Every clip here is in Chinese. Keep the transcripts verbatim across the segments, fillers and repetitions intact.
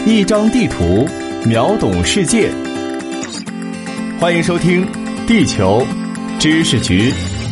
一张地图，秒懂世界。欢迎收听地球知识局。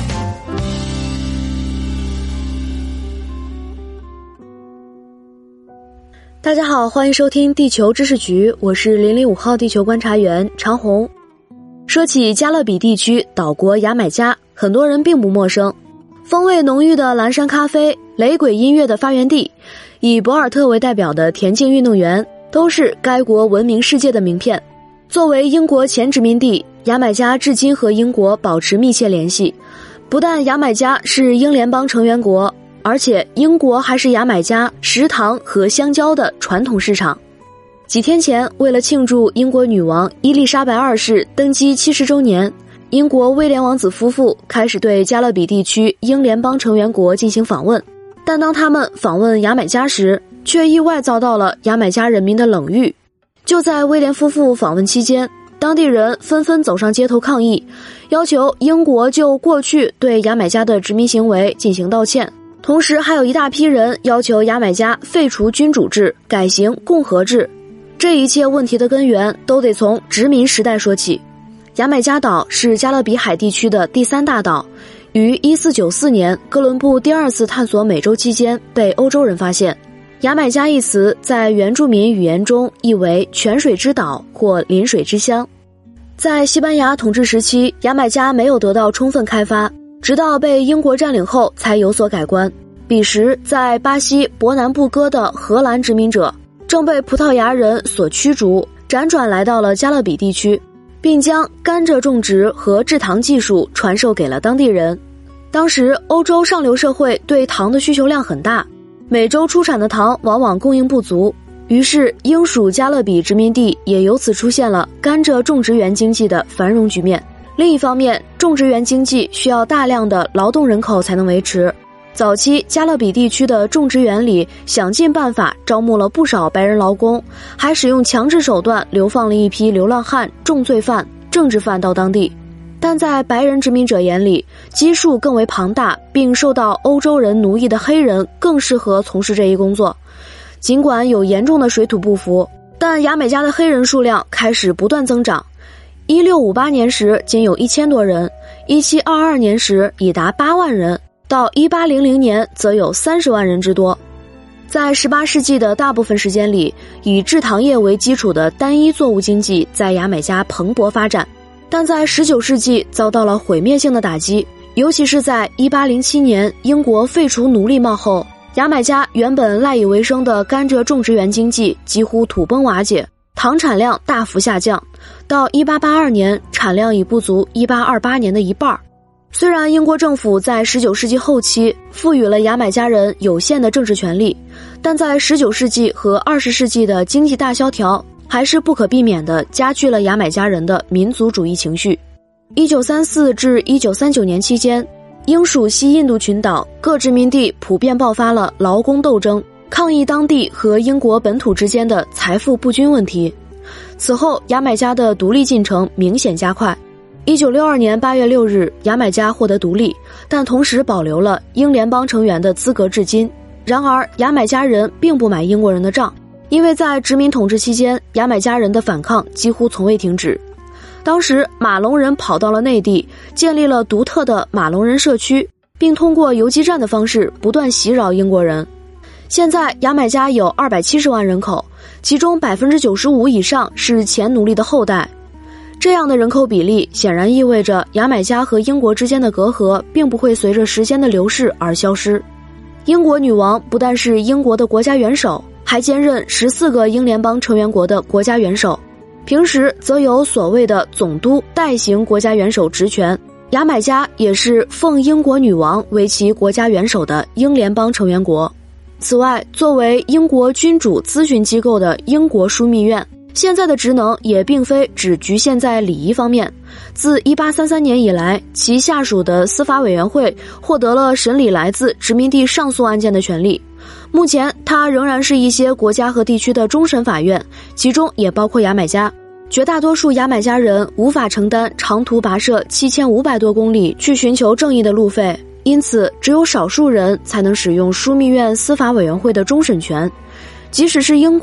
大家好，欢迎收听地球知识局，我是零零五号地球观察员长红。说起加勒比地区岛国牙买加，很多人并不陌生。风味浓郁的蓝山咖啡，雷鬼音乐的发源地，以博尔特为代表的田径运动员，都是该国闻名世界的名片。作为英国前殖民地，牙买加至今和英国保持密切联系。不但牙买加是英联邦成员国，而且英国还是牙买加食糖和香蕉的传统市场。几天前，为了庆祝英国女王伊丽莎白二世登基七十周年，英国威廉王子夫妇开始对加勒比地区英联邦成员国进行访问。但当他们访问牙买加时，却意外遭到了牙买加人民的冷遇。就在威廉夫妇访问期间，当地人纷纷走上街头抗议，要求英国就过去对牙买加的殖民行为进行道歉。同时还有一大批人要求牙买加废除君主制，改行共和制。这一切问题的根源都得从殖民时代说起。牙买加岛是加勒比海地区的第三大岛，于一四九四年哥伦布第二次探索美洲期间被欧洲人发现。牙买加一词在原住民语言中意为泉水之岛或临水之乡。在西班牙统治时期，牙买加没有得到充分开发，直到被英国占领后才有所改观。彼时在巴西伯南布哥的荷兰殖民者正被葡萄牙人所驱逐，辗转来到了加勒比地区，并将甘蔗种植和制糖技术传授给了当地人。当时欧洲上流社会对糖的需求量很大，美洲出产的糖往往供应不足，于是英属加勒比殖民地也由此出现了甘蔗种植园经济的繁荣局面。另一方面，种植园经济需要大量的劳动人口才能维持。早期加勒比地区的种植园里想尽办法招募了不少白人劳工，还使用强制手段流放了一批流浪汉、重罪犯、政治犯到当地。但在白人殖民者眼里，基数更为庞大并受到欧洲人奴役的黑人更适合从事这一工作。尽管有严重的水土不服，但牙买加的黑人数量开始不断增长。一六五八年时仅有一千多人，一七二二年时已达八万人，到一八零零年则有三十万人之多。在十八世纪的大部分时间里，以制糖业为基础的单一作物经济在牙买加蓬勃发展，但在十九世纪遭到了毁灭性的打击，尤其是在一八零七年英国废除奴隶帽后，牙买加原本赖以为生的甘蔗种植园经济几乎土崩瓦解，糖产量大幅下降，到一八八二年产量已不足一八二八年的一半。虽然英国政府在十九世纪后期赋予了牙买加人有限的政治权利，但在十九世纪和二十世纪的经济大萧条还是不可避免地加剧了牙买加人的民族主义情绪。一九三四至一九三九年期间，英属西印度群岛各殖民地普遍爆发了劳工斗争，抗议当地和英国本土之间的财富不均问题。此后，牙买加的独立进程明显加快。一九六二年八月六日，牙买加获得独立，但同时保留了英联邦成员的资格至今。然而，牙买加人并不买英国人的账，因为在殖民统治期间，牙买加人的反抗几乎从未停止。当时，马龙人跑到了内地，建立了独特的马龙人社区，并通过游击战的方式不断袭扰英国人。现在，牙买加有二百七十万人口，其中 百分之九十五 以上是前奴隶的后代。这样的人口比例显然意味着牙买加和英国之间的隔阂并不会随着时间的流逝而消失。英国女王不但是英国的国家元首，还兼任十四个英联邦成员国的国家元首，平时则有所谓的总督代行国家元首职权。牙买加也是奉英国女王为其国家元首的英联邦成员国。此外，作为英国君主咨询机构的英国枢密院，现在的职能也并非只局限在礼仪方面。自一八三三年以来，其下属的司法委员会获得了审理来自殖民地上诉案件的权利。目前，它仍然是一些国家和地区的终审法院，其中也包括牙买加。绝大多数牙买加人无法承担长途跋涉七千五百多公里去寻求正义的路费，因此只有少数人才能使用枢密院司法委员会的终审权。即使是英国，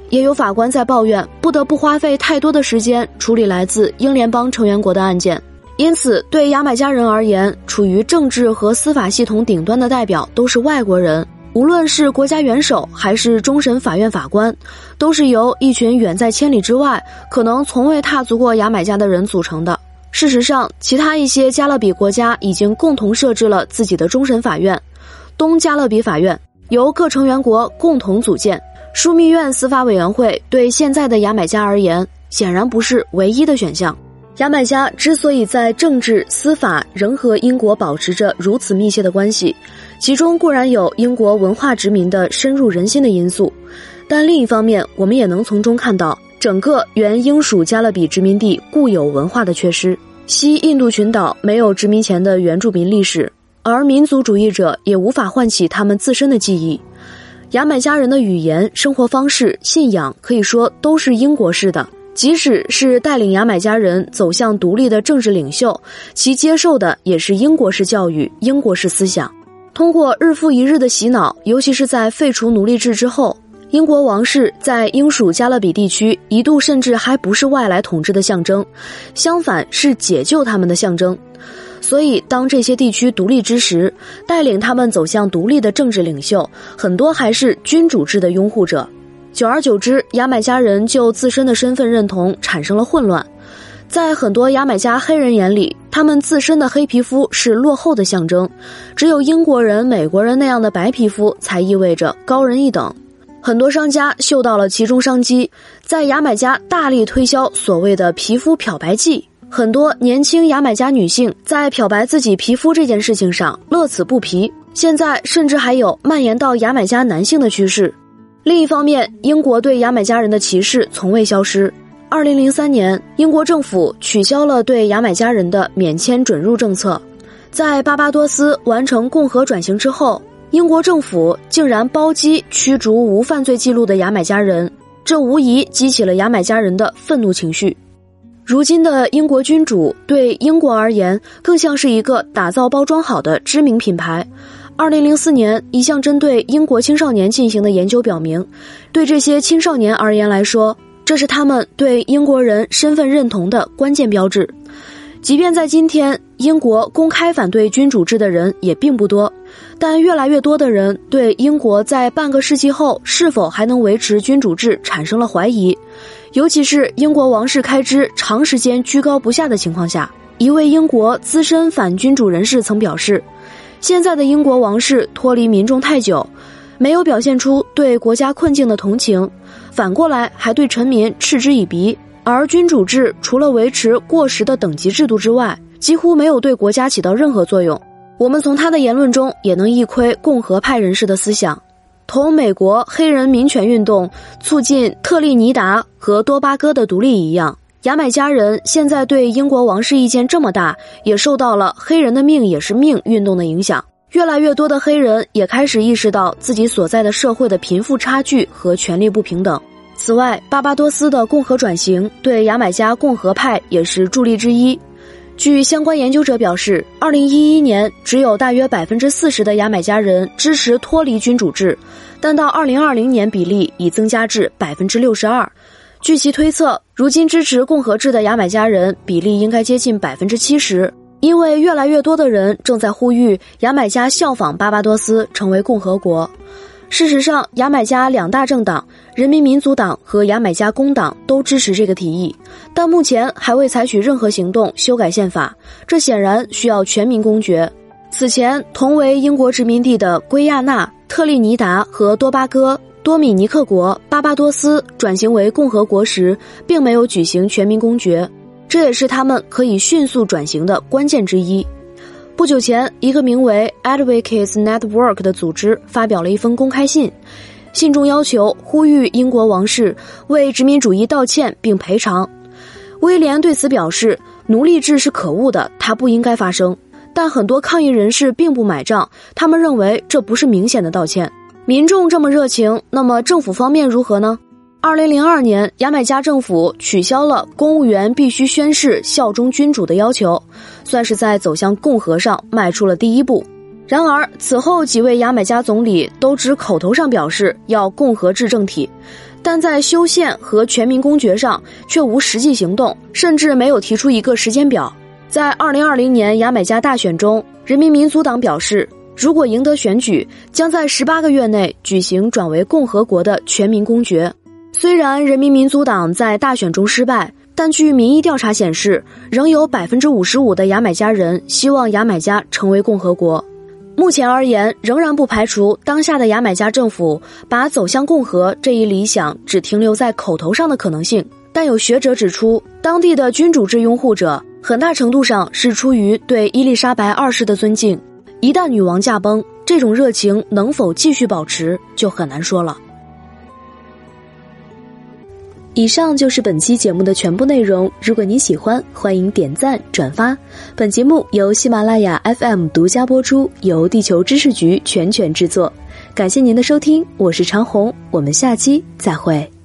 也有法官在抱怨，不得不花费太多的时间处理来自英联邦成员国的案件。因此，对牙买加人而言，处于政治和司法系统顶端的代表都是外国人，无论是国家元首还是终审法院法官，都是由一群远在千里之外，可能从未踏足过牙买加的人组成的。事实上，其他一些加勒比国家已经共同设置了自己的终审法院，东加勒比法院由各成员国共同组建。枢密院司法委员会对现在的牙买加而言，显然不是唯一的选项。牙买加之所以在政治、司法仍和英国保持着如此密切的关系，其中固然有英国文化殖民的深入人心的因素，但另一方面，我们也能从中看到整个原英属加勒比殖民地固有文化的缺失。西印度群岛没有殖民前的原住民历史，而民族主义者也无法唤起他们自身的记忆。牙买加人的语言、生活方式、信仰可以说都是英国式的。即使是带领牙买加人走向独立的政治领袖，其接受的也是英国式教育、英国式思想。通过日复一日的洗脑，尤其是在废除奴隶制之后，英国王室在英属加勒比地区一度甚至还不是外来统治的象征，相反是解救他们的象征。所以当这些地区独立之时，带领他们走向独立的政治领袖，很多还是君主制的拥护者。久而久之，牙买加人就自身的身份认同产生了混乱。在很多牙买加黑人眼里，他们自身的黑皮肤是落后的象征，只有英国人、美国人那样的白皮肤才意味着高人一等。很多商家嗅到了其中商机，在牙买加大力推销所谓的皮肤漂白剂。很多年轻牙买加女性在漂白自己皮肤这件事情上乐此不疲，现在甚至还有蔓延到牙买加男性的趋势。另一方面，英国对牙买加人的歧视从未消失。二零零三年，英国政府取消了对牙买加人的免签准入政策。在巴巴多斯完成共和转型之后，英国政府竟然包机驱逐无犯罪记录的牙买加人，这无疑激起了牙买加人的愤怒情绪。如今的英国君主对英国而言，更像是一个打造包装好的知名品牌。二零零四年，一项针对英国青少年进行的研究表明，对这些青少年而言来说，这是他们对英国人身份认同的关键标志。即便在今天，英国公开反对君主制的人也并不多，但越来越多的人对英国在半个世纪后是否还能维持君主制产生了怀疑。尤其是英国王室开支长时间居高不下的情况下，一位英国资深反君主人士曾表示，现在的英国王室脱离民众太久，没有表现出对国家困境的同情，反过来还对臣民嗤之以鼻，而君主制除了维持过时的等级制度之外，几乎没有对国家起到任何作用。我们从他的言论中也能一窥共和派人士的思想。同美国黑人民权运动促进特立尼达和多巴哥的独立一样，牙买加人现在对英国王室意见这么大，也受到了黑人的命也是命运动的影响。越来越多的黑人也开始意识到自己所在的社会的贫富差距和权力不平等。此外，巴巴多斯的共和转型对牙买加共和派也是助力之一。据相关研究者表示，二零一一年只有大约 百分之四十 的牙买加人支持脱离君主制，但到二零二零年比例已增加至 百分之六十二。据其推测，如今支持共和制的牙买加人比例应该接近 百分之七十， 因为越来越多的人正在呼吁牙买加效仿巴巴多斯成为共和国。事实上，牙买加两大政党人民民族党和牙买加工党都支持这个提议，但目前还未采取任何行动修改宪法，这显然需要全民公决。此前同为英国殖民地的圭亚那、特立尼达和多巴哥、多米尼克国、巴巴多斯转型为共和国时并没有举行全民公决，这也是他们可以迅速转型的关键之一。不久前，一个名为 Advocates Network 的组织发表了一封公开信，信中要求呼吁英国王室为殖民主义道歉并赔偿。威廉对此表示，奴隶制是可恶的，它不应该发生。但很多抗议人士并不买账，他们认为这不是明显的道歉。民众这么热情，那么政府方面如何呢？二零零二年，牙买加政府取消了公务员必须宣誓效忠君主的要求，算是在走向共和上迈出了第一步。然而，此后几位牙买加总理都只口头上表示要共和制政体， 但在修宪和全民公决上却无实际行动，甚至没有提出一个时间表。在二零二零年牙买加大选中，人民民主党表示，如果赢得选举，将在十八个月内举行转为共和国的全民公决。虽然人民民主党在大选中失败，但据民意调查显示，仍有 百分之五十五 的牙买加人希望牙买加成为共和国。目前而言，仍然不排除当下的牙买加政府把走向共和这一理想只停留在口头上的可能性。但有学者指出，当地的君主制拥护者很大程度上是出于对伊丽莎白二世的尊敬，一旦女王驾崩，这种热情能否继续保持就很难说了。以上就是本期节目的全部内容，如果你喜欢，欢迎点赞转发。本节目由喜马拉雅 F M 独家播出，由地球知识局全权制作。感谢您的收听，我是长虹，我们下期再会。